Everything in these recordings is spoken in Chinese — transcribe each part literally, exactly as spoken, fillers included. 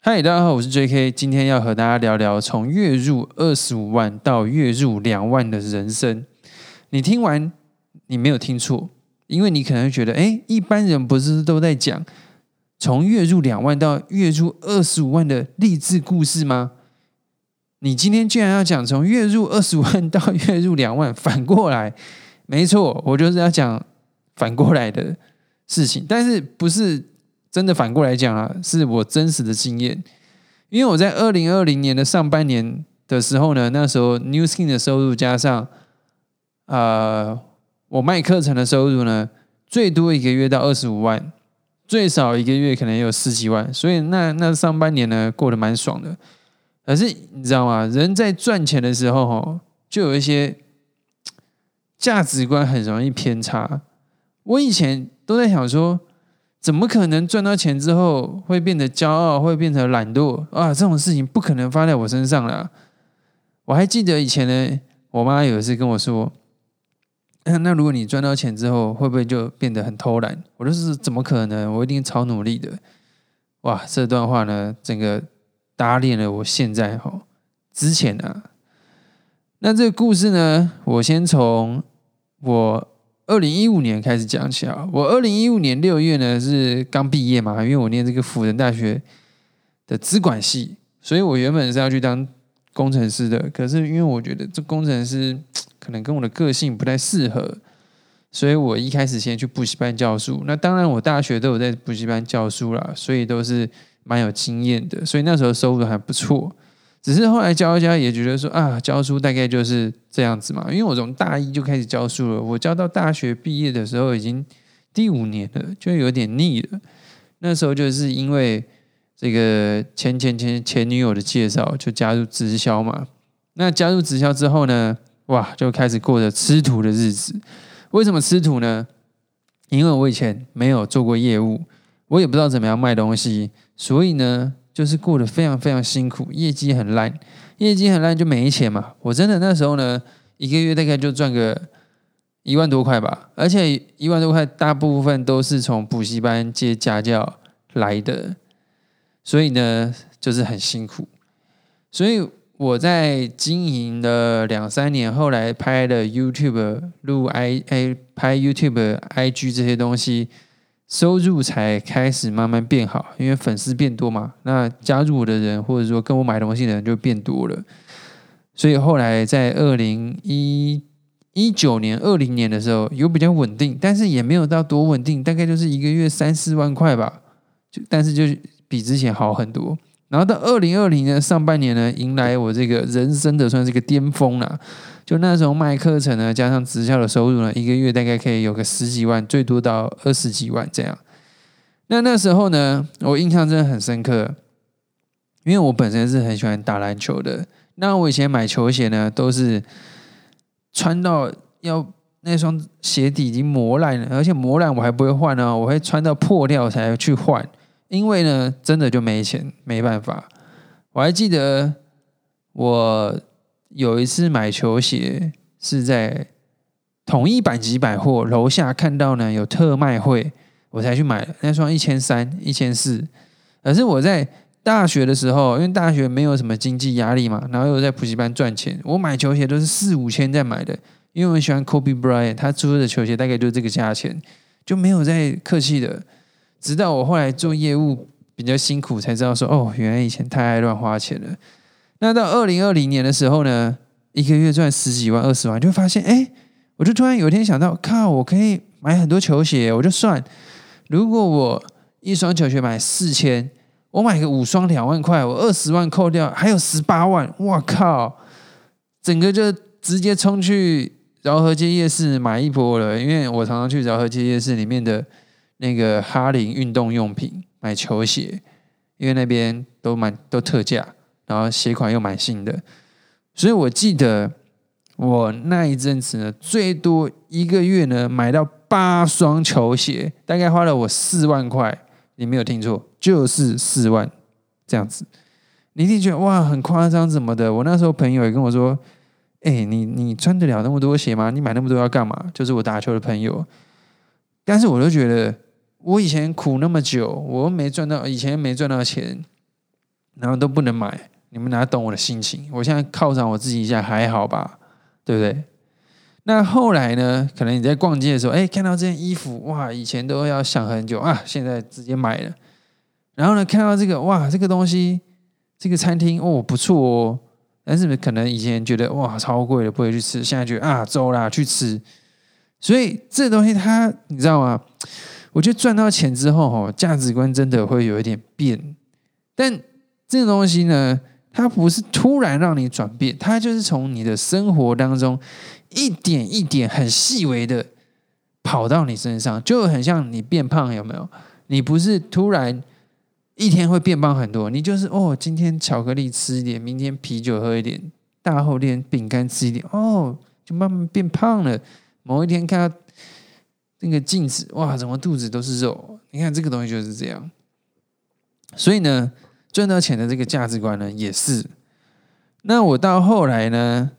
嗨，大家好，我是 J K， 今天要和大家聊聊从月入二十五万到月入两万的人生。你听完，你没有听错，因为你可能会觉得，哎，一般人不是都在讲从月入两万到月入二十五万的励志故事吗？你今天居然要讲从月入二十五万到月入两万，反过来，没错，我就是要讲反过来的事情，但是不是真的反过来讲啊，是我真实的经验。因为我在二零二零年的上半年的时候呢，那时候 New Skin 的收入加上呃我卖课程的收入呢，最多一个月到二十五万，最少一个月可能也有十几万，所以那那上半年呢过得蛮爽的。可是你知道吗？人在赚钱的时候，就有一些价值观很容易偏差。我以前都在想说，怎么可能赚到钱之后会变得骄傲，会变成懒惰啊？这种事情不可能发在我身上啦。我还记得以前呢，我妈有一次跟我说，那如果你赚到钱之后，会不会就变得很偷懒？我就是怎么可能？我一定超努力的。哇，这段话呢，整个打脸了我现在哈。之前啊，那这个故事呢，我先从我二零一五年开始讲起啊。我二零一五年六月呢是刚毕业嘛，因为我念这个辅仁大学的资管系，所以我原本是要去当工程师的。可是因为我觉得这工程师可能跟我的个性不太适合，所以我一开始先去补习班教书。那当然我大学都有在补习班教书啦，所以都是蛮有经验的，所以那时候收入还不错。只是后来教一教也觉得说啊，教书大概就是这样子嘛，因为我从大一就开始教书了，我教到大学毕业的时候已经第五年了，就有点腻了。那时候就是因为这个前前前前女友的介绍，就加入直销嘛。那加入直销之后呢，哇，就开始过着吃土的日子。为什么吃土呢？因为我以前没有做过业务，我也不知道怎么样卖东西，所以呢就是过得非常非常辛苦，业绩很烂，业绩很烂就没钱嘛。我真的那时候呢，一个月大概就赚个一万多块吧，而且一万多块大部分都是从补习班接家教来的，所以呢就是很辛苦。所以我在经营了两三年，后来拍了 YouTube、录 I、拍 YouTube、I G 这些东西。收入才开始慢慢变好，因为粉丝变多嘛，那加入我的人或者说跟我买东西的人就变多了，所以后来在二零一九年、二零年的时候有比较稳定，但是也没有到多稳定，大概就是一个月三四万块吧，就但是就比之前好很多。然后到二零二零年上半年呢，迎来我这个人生的算是个巅峰啦。就那时候卖课程呢，加上直销的收入呢，一个月大概可以有个十几万，最多到二十几万这样。那那时候呢，我印象真的很深刻，因为我本身是很喜欢打篮球的。那我以前买球鞋呢，都是穿到要那双鞋底已经磨烂了，而且磨烂我还不会换呢，我会穿到破掉才去换。因为呢，真的就没钱，没办法。我还记得我有一次买球鞋是在统一百吉百货楼下看到呢有特卖会，我才去买的。那双一千三、一千四。可是我在大学的时候，因为大学没有什么经济压力嘛，然后又在补习班赚钱，我买球鞋都是四五千在买的。因为我很喜欢 Kobe Bryant， 他出的球鞋大概就是这个价钱，就没有再客气的。直到我后来做业务比较辛苦，才知道说哦，原来以前太爱乱花钱了。那到二零二零年的时候呢，一个月赚十几万、二十万，就发现哎，我就突然有一天想到，靠，我可以买很多球鞋。我就算，如果我一双球鞋买四千，我买个五双两万块，我二十万扣掉，还有十八万，哇靠！整个就直接冲去饶河街夜市买一波了，因为我常常去饶河街夜市里面的那个哈林运动用品买球鞋，因为那边都蛮都特价，然后鞋款又蛮新的，所以我记得我那一阵子呢，最多一个月呢买到八双球鞋，大概花了我四万块，你没有听错，就是四万这样子。你一定觉得哇很夸张怎么的？我那时候朋友也跟我说，哎、欸，你你穿得了那么多鞋吗？你买那么多要干嘛？就是我打球的朋友，但是我就觉得。我以前苦那么久，我没赚到，以前没赚到钱， 然后都不能买，你们哪懂我的心情？我现在犒赏我自己一下，还好吧，对不对？那后来呢？可能你在逛街的时候，哎，看到这件衣服，哇，以前都要想很久啊，现在直接买了。然后呢，看到这个，哇，这个东西，这个餐厅哦不错哦，但是可能以前觉得哇超贵的不会去吃，现在觉得啊走啦去吃。所以这东西它你知道吗？我觉得赚到钱之后哦，价值观真的会有一点变。但这个东西呢，它不是突然让你转变，它就是从你的生活当中一点一点很细微的跑到你身上，就很像你变胖有没有？你不是突然一天会变胖很多，你就是哦，今天巧克力吃一点，明天啤酒喝一点，大后天饼干吃一点，哦，就慢慢变胖了。某一天看到那个镜子，哇，怎么肚子都是肉？你看这个东西就是这样。所以呢，赚到钱的这个价值观呢，也是。那我到后来呢，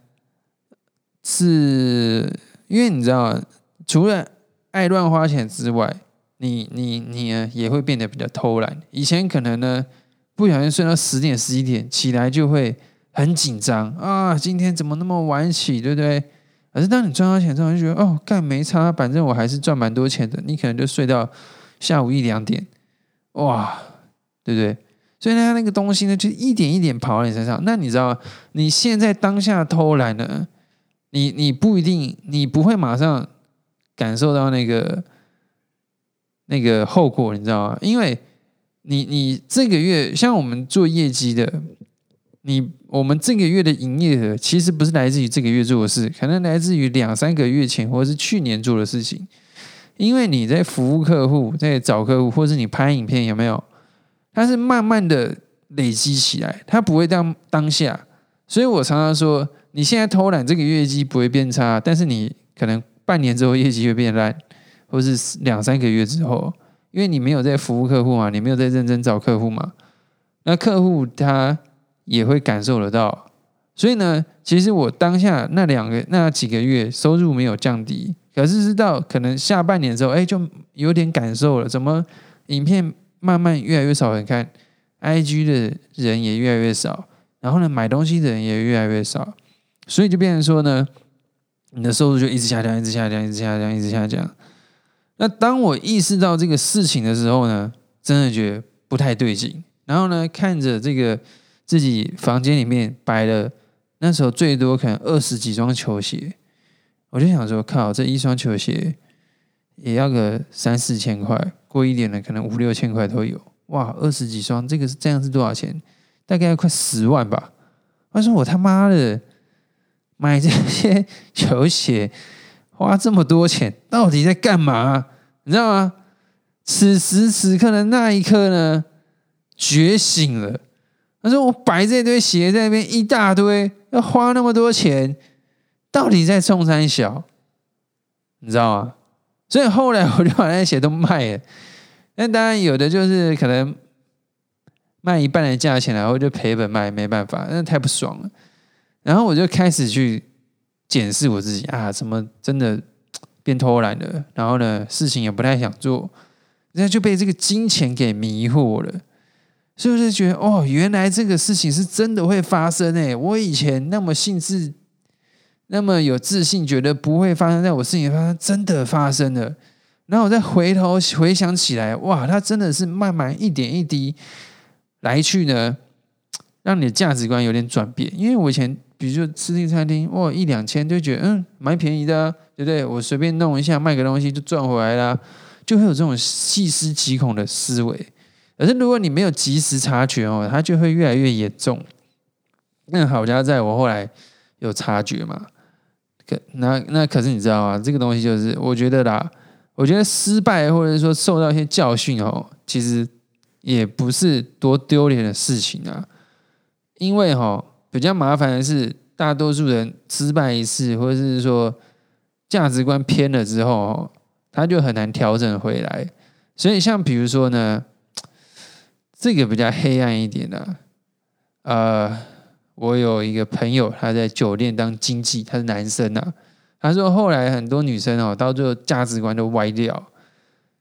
是因为你知道，除了爱乱花钱之外，你你你呢也会变得比较偷懒。以前可能呢，不小心睡到十点十一点，起来就会很紧张啊，今天怎么那么晚起，对不对？可是当你赚到钱之后，就觉得哦，干没差，反正我还是赚蛮多钱的。你可能就睡到下午一两点，哇，对不对？所以呢，那个东西呢，就一点一点跑到你身上。那你知道，你现在当下偷懒呢，你你不一定，你不会马上感受到那个那个后果，你知道吗？因为你你这个月，像我们做业绩的。你我们这个月的营业额其实不是来自于这个月做的事，可能来自于两三个月前或者是去年做的事情。因为你在服务客户，在找客户，或是你拍影片，有没有？它是慢慢的累积起来，它不会当当下。所以我常常说，你现在偷懒，这个业绩不会变差，但是你可能半年之后业绩会变烂，或是两三个月之后，因为你没有在服务客户嘛，你没有在认真找客户嘛，那客户他也会感受得到。所以呢，其实我当下那两个那几个月收入没有降低，可是是到可能下半年之后，哎，就有点感受了，怎么影片慢慢越来越少人看 ，I G 的人也越来越少，然后呢，买东西的人也越来越少，所以就变成说呢，你的收入就一直下降，一直下降，一直下降，一直下降。那当我意识到这个事情的时候呢，真的觉得不太对劲。然后呢，看着这个自己房间里面摆了那时候最多可能二十几双球鞋，我就想说，靠，这一双球鞋也要个三四千块，贵一点的可能五六千块都有。哇，二十几双，这个是这样是多少钱？大概要快十万吧。他说我他妈的买这些球鞋花这么多钱，到底在干嘛？你知道吗？此时此刻的那一刻呢，觉醒了。他说我摆这堆鞋在那边一大堆，要花那么多钱，到底在冲三小？你知道吗？所以后来我就把那些鞋都卖了。那当然有的就是可能卖一半的价钱，然后就赔本卖，没办法，那太不爽了。然后我就开始去检视我自己啊，怎么真的变偷懒了？然后呢，事情也不太想做，那就被这个金钱给迷惑了。所以我就觉得，哦，原来这个事情是真的会发生诶！我以前那么兴致、那么有自信，觉得不会发生在我事情发生，真的发生了。然后我再回头回想起来，哇，它真的是慢慢一点一滴来去呢，让你的价值观有点转变。因为我以前，比如说吃进餐厅，哇，一两千就觉得嗯蛮便宜的、啊，对不对？我随便弄一下，卖个东西就赚回来啦，就会有这种细思极恐的思维。可是如果你没有及时察觉哦，它就会越来越严重。那好家在我后来有察觉嘛，可那那可是你知道吗？这个东西就是我觉得啦，我觉得失败或者说受到一些教训哦，其实也不是多丢脸的事情啊。因为哦，比较麻烦的是，大多数人失败一次，或者是说价值观偏了之后哦，他就很难调整回来。所以像比如说呢。这个比较黑暗一点的、啊，呃，我有一个朋友，他在酒店当经纪，他是男生啊。他说后来很多女生哦，到最后价值观都歪掉。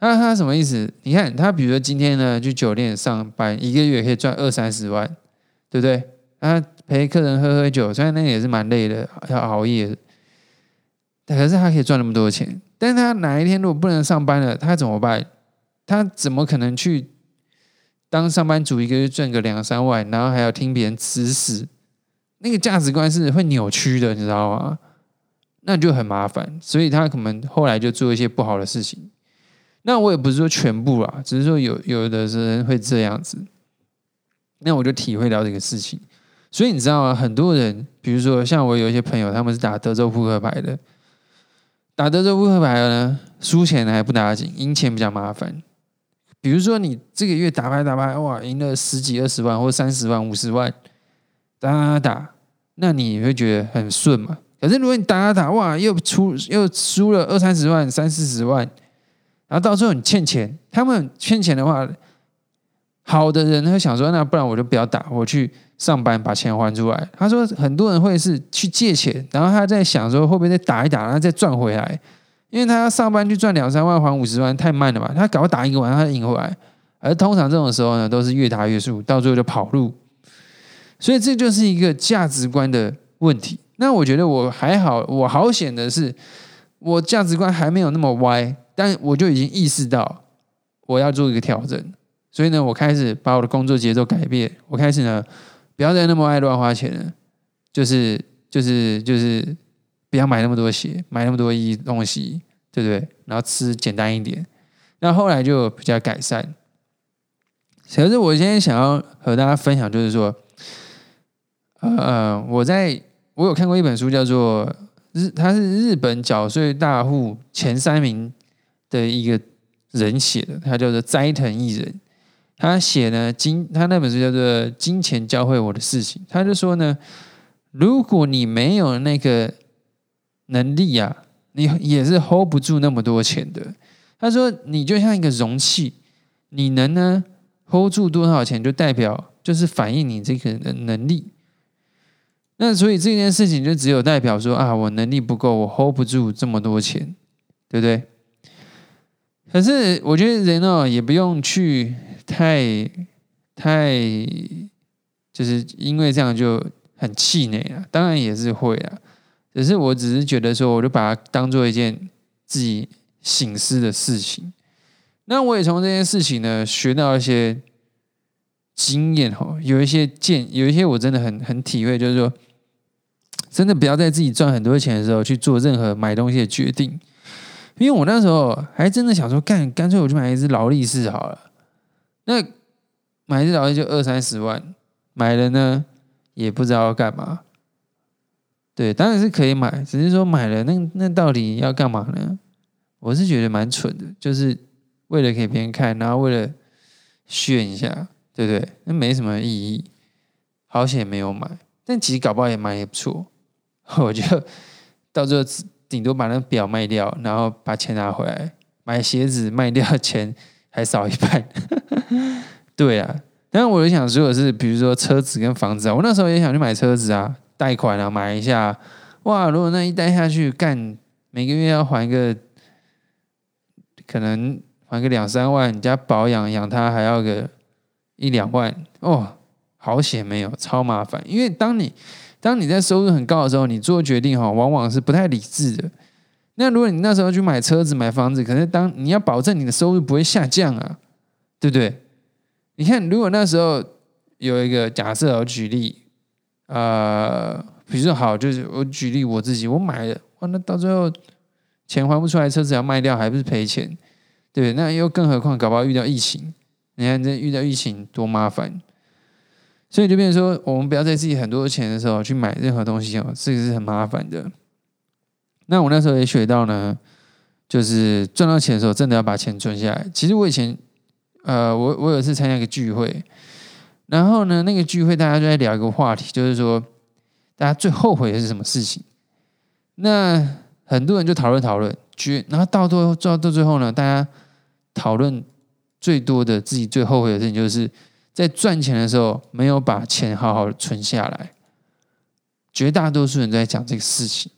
他他什么意思？你看他比如说今天呢去酒店上班，一个月可以赚二三十万，对不对？他陪客人喝喝酒，虽然那也是蛮累的，要熬夜的，可是他可以赚那么多钱。但是他哪一天如果不能上班了，他怎么办？他怎么可能去当上班族，一个月赚个两三万，然后还要听别人指使？那个价值观是会扭曲的，你知道吗？那就很麻烦，所以他可能后来就做一些不好的事情。那我也不是说全部啦，只是说有有的人会这样子。那我就体会到这个事情。所以你知道吗？很多人，比如说像我有一些朋友，他们是打德州扑克牌的，打德州扑克牌的呢，输钱还不打紧，赢钱比较麻烦。比如说你这个月打牌打牌，哇，赢了十几二十万或三十万五十万，打打打，那你会觉得很顺嘛？可是如果你打打打，哇，又出又输了二三十万、三四十万，然后到最后你欠钱，他们欠钱的话，好的人会想说，那不然我就不要打，我去上班把钱还出来。他说很多人会是去借钱，然后他在想说会不会再打一打，然后再赚回来，因为他要上班去赚两三万还五十万太慢了嘛，他搞打一个晚上他就赢回来。而通常这种时候呢，都是越打越输，到最后就跑路。所以这就是一个价值观的问题。那我觉得我还好，我好险的是，我价值观还没有那么歪，但我就已经意识到我要做一个调整。所以呢，我开始把我的工作节奏改变，我开始呢不要再那么爱乱花钱了，就是就是就是不要买那么多鞋，买那么多衣东西，对不对？然后吃简单一点。那后来就比较改善。可是我今天想要和大家分享，就是说，呃，我在我有看过一本书，叫做日，他是日本缴税大户前三名的一个人写的，他叫做斋藤义人。他写呢，金他那本书叫做《金钱教会我的事情》，他就说呢，如果你没有那个能力啊，你也是 hold 不住那么多钱的。他说，你就像一个容器，你能呢 hold 住多少钱，就代表就是反映你这个人的能力。那所以这件事情就只有代表说啊，我能力不够，我 hold 不住这么多钱，对不对？可是我觉得人哦，也不用去太太，就是因为这样就很气馁啊。当然也是会啊，只是我只是觉得说，我就把它当做一件自己省思的事情。那我也从这件事情呢学到一些经验哈，有一些见，有一些我真的很很体会，就是说，真的不要在自己赚很多钱的时候去做任何买东西的决定。因为我那时候还真的想说，干干脆我就买一只劳力士好了。那买一只劳力士就二三十万，买了呢也不知道要干嘛。对，当然是可以买，只是说买了那那到底要干嘛呢？我是觉得蛮蠢的，就是为了给别人看，然后为了炫一下，对不对？那没什么意义。好险没有买，但其实搞不好也买也不错。我就到最后顶多把那个表卖掉，然后把钱拿回来，买鞋子卖掉，钱还少一半。对啊，但是我就想说的是，比如说车子跟房子啊，我那时候也想去买车子啊，贷款啊买一下。哇，如果那一贷下去，干每个月要还个可能还个两三万，你家保养养它还要个一两万哦，好险没有，超麻烦。因为当你当你在收入很高的时候，你做决定往往是不太理智的。那如果你那时候去买车子、买房子，可是当你要保证你的收入不会下降啊，对不对？你看，如果那时候有一个假设，我举例，呃，比如说好，就是我举例我自己，我买了，哇，那到最后钱还不出来，车子要卖掉，还不是赔钱？对不对？那又更何况搞不好遇到疫情，你看这遇到疫情多麻烦。所以就变成说，我们不要在自己很多钱的时候去买任何东西哦，这个是很麻烦的。那我那时候也学到呢，就是赚到钱的时候，真的要把钱存下来。其实我以前，呃，我我有一次参加一个聚会，然后呢，那个聚会大家就在聊一个话题，就是说大家最后悔的是什么事情。那很多人就讨论讨论，然后到最后到到最后呢，大家讨论最多的自己最后悔的事情，就是在赚钱的时候没有把钱好好的存下来。绝大多数人都在讲这个事情。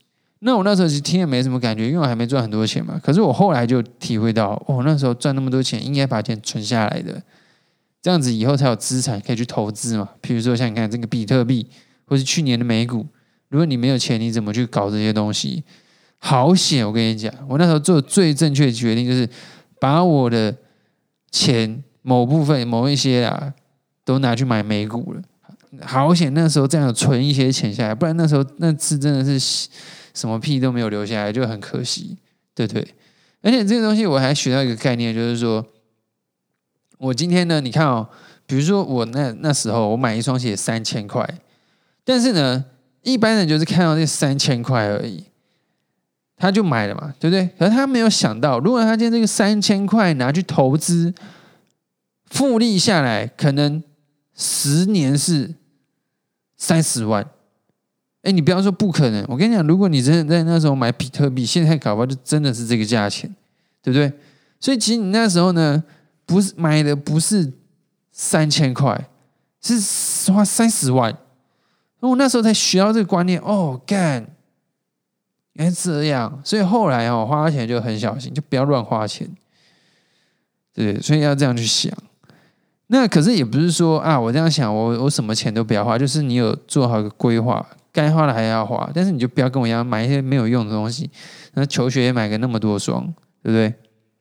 那我那时候其实听也没什么感觉，因为我还没赚很多钱嘛。可是我后来就体会到，哦，那时候赚那么多钱，应该把钱存下来的，这样子以后才有资产可以去投资嘛。譬如说像你看这个比特币，或是去年的美股，如果你没有钱，你怎么去搞这些东西？好险！我跟你讲，我那时候做最正确的决定就是把我的钱某部分、某一些啊，都拿去买美股了。好险，那时候这样有存一些钱下来，不然那时候那次真的是什么屁都没有留下来，就很可惜，对不对？而且这个东西我还学到一个概念，就是说，我今天呢，你看哦，比如说我那那时候我买一双鞋三千块，但是呢，一般人就是看到这三千块而已，他就买了嘛，对不对？可是他没有想到，如果他今天这个三千块拿去投资，复利下来，可能十年是三十万。哎，你不要说不可能，我跟你讲，如果你真的在那时候买比特币，现在搞不好就真的是这个价钱，对不对？所以其实你那时候呢，不是买的不是三千块，是花三十万。我那时候才学到这个观念，哦，干，原来这样，所以后来哦，花钱就很小心，就不要乱花钱，对，所以要这样去想。那可是也不是说啊，我这样想，我我什么钱都不要花，就是你有做好一个规划，该花的还要花，但是你就不要跟我一样买一些没有用的东西，那球鞋也买个那么多双，对不对？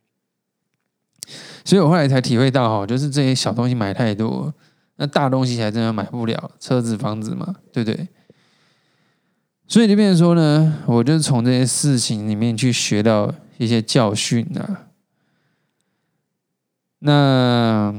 所以我后来才体会到哈，就是这些小东西买太多，那大东西才真的买不了，车子、房子嘛，对不对？所以就变成说呢，我就是从这些事情里面去学到一些教训啊。那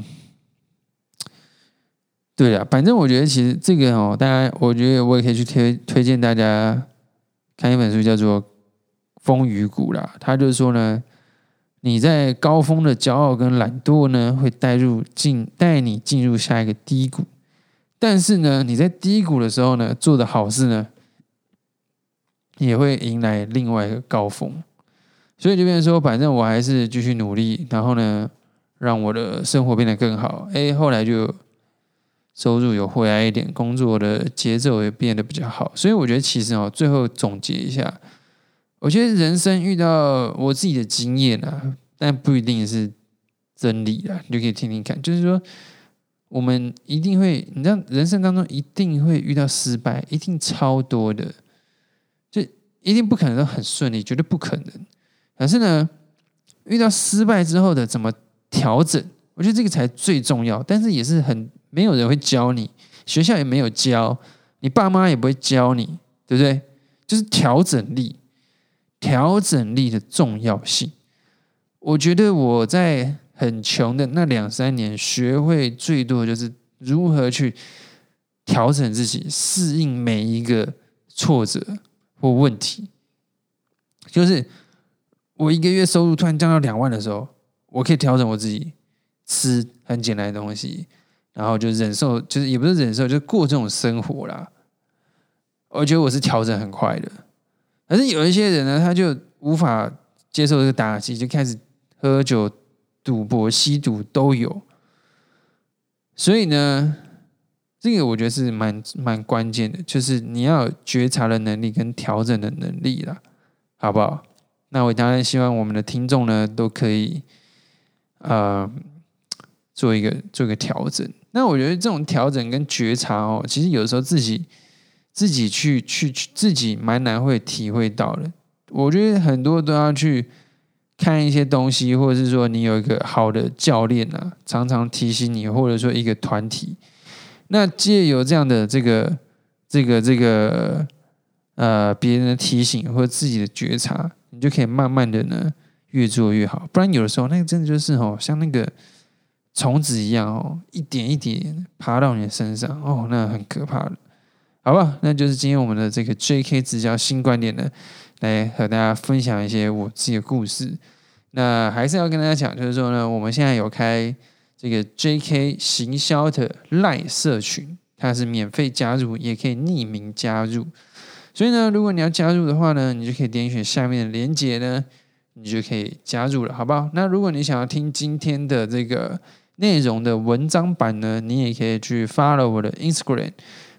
对了，反正我觉得其实这个哦，大家我觉得我也可以去推推荐大家看一本书，叫做《风雨谷》啦。他就是说呢，你在高峰的骄傲跟懒惰呢，会带入进带你进入下一个低谷，但是呢，你在低谷的时候呢，做的好事呢，也会迎来另外一个高峰。所以就变成说，反正我还是继续努力，然后呢，让我的生活变得更好。哎，后来就收入有回来一点，工作的节奏也变得比较好。所以我觉得其实哦，最后总结一下，我觉得人生遇到我自己的经验啊，但不一定是真理啦，你就可以听听看。就是说，我们一定会，你知道，人生当中一定会遇到失败，一定超多的，就一定不可能都很顺利，绝对不可能。可是呢，遇到失败之后的怎么调整，我觉得这个才最重要。但是也是很没有人会教你，学校也没有教，你爸妈也不会教你，对不对？就是调整力，调整力的重要性。我觉得我在很穷的那两三年，学会最多的就是如何去调整自己，适应每一个挫折或问题。就是我一个月收入突然降到两万的时候，我可以调整我自己，吃很简单的东西，然后就忍受，就是也不是忍受，就是过这种生活啦。我觉得我是调整很快的，可是有一些人呢，他就无法接受这个打击，就开始喝酒、赌博、吸毒都有。所以呢，这个我觉得是蛮蛮关键的，就是你要有觉察的能力跟调整的能力啦，好不好？那我当然希望我们的听众呢都可以，呃，做一个做一个调整。那我觉得这种调整跟觉察哦，其实有时候自己自己去去自己蛮难会体会到的。我觉得很多都要去看一些东西，或者是说你有一个好的教练啊，常常提醒你，或者说一个团体。那藉由这样的这个这个这个呃别人的提醒或者自己的觉察，你就可以慢慢的呢越做越好。不然有的时候那个真的就是哦，像那个虫子一样哦，一点一点爬到你的身上哦，那很可怕的。好吧，那就是今天我们的这个 J K 直销新观点呢，来和大家分享一些我自己的故事。那还是要跟大家讲，就是说呢，我们现在有开这个 J K 行销的 LINE 社群，它是免费加入，也可以匿名加入。所以呢，如果你要加入的话呢，你就可以点选下面的连结呢，你就可以加入了，好不好？那如果你想要听今天的这个内容的文章版呢，你也可以去 follow 我的 Instagram。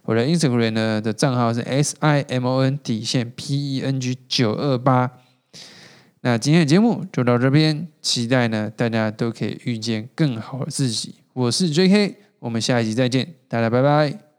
我的 Instagram 呢的账号是 S I M O N 底线 P E N G 九二八。那今天的节目就到这边，期待呢大家都可以遇见更好的自己。我是 J K， 我们下一集再见，大家拜拜。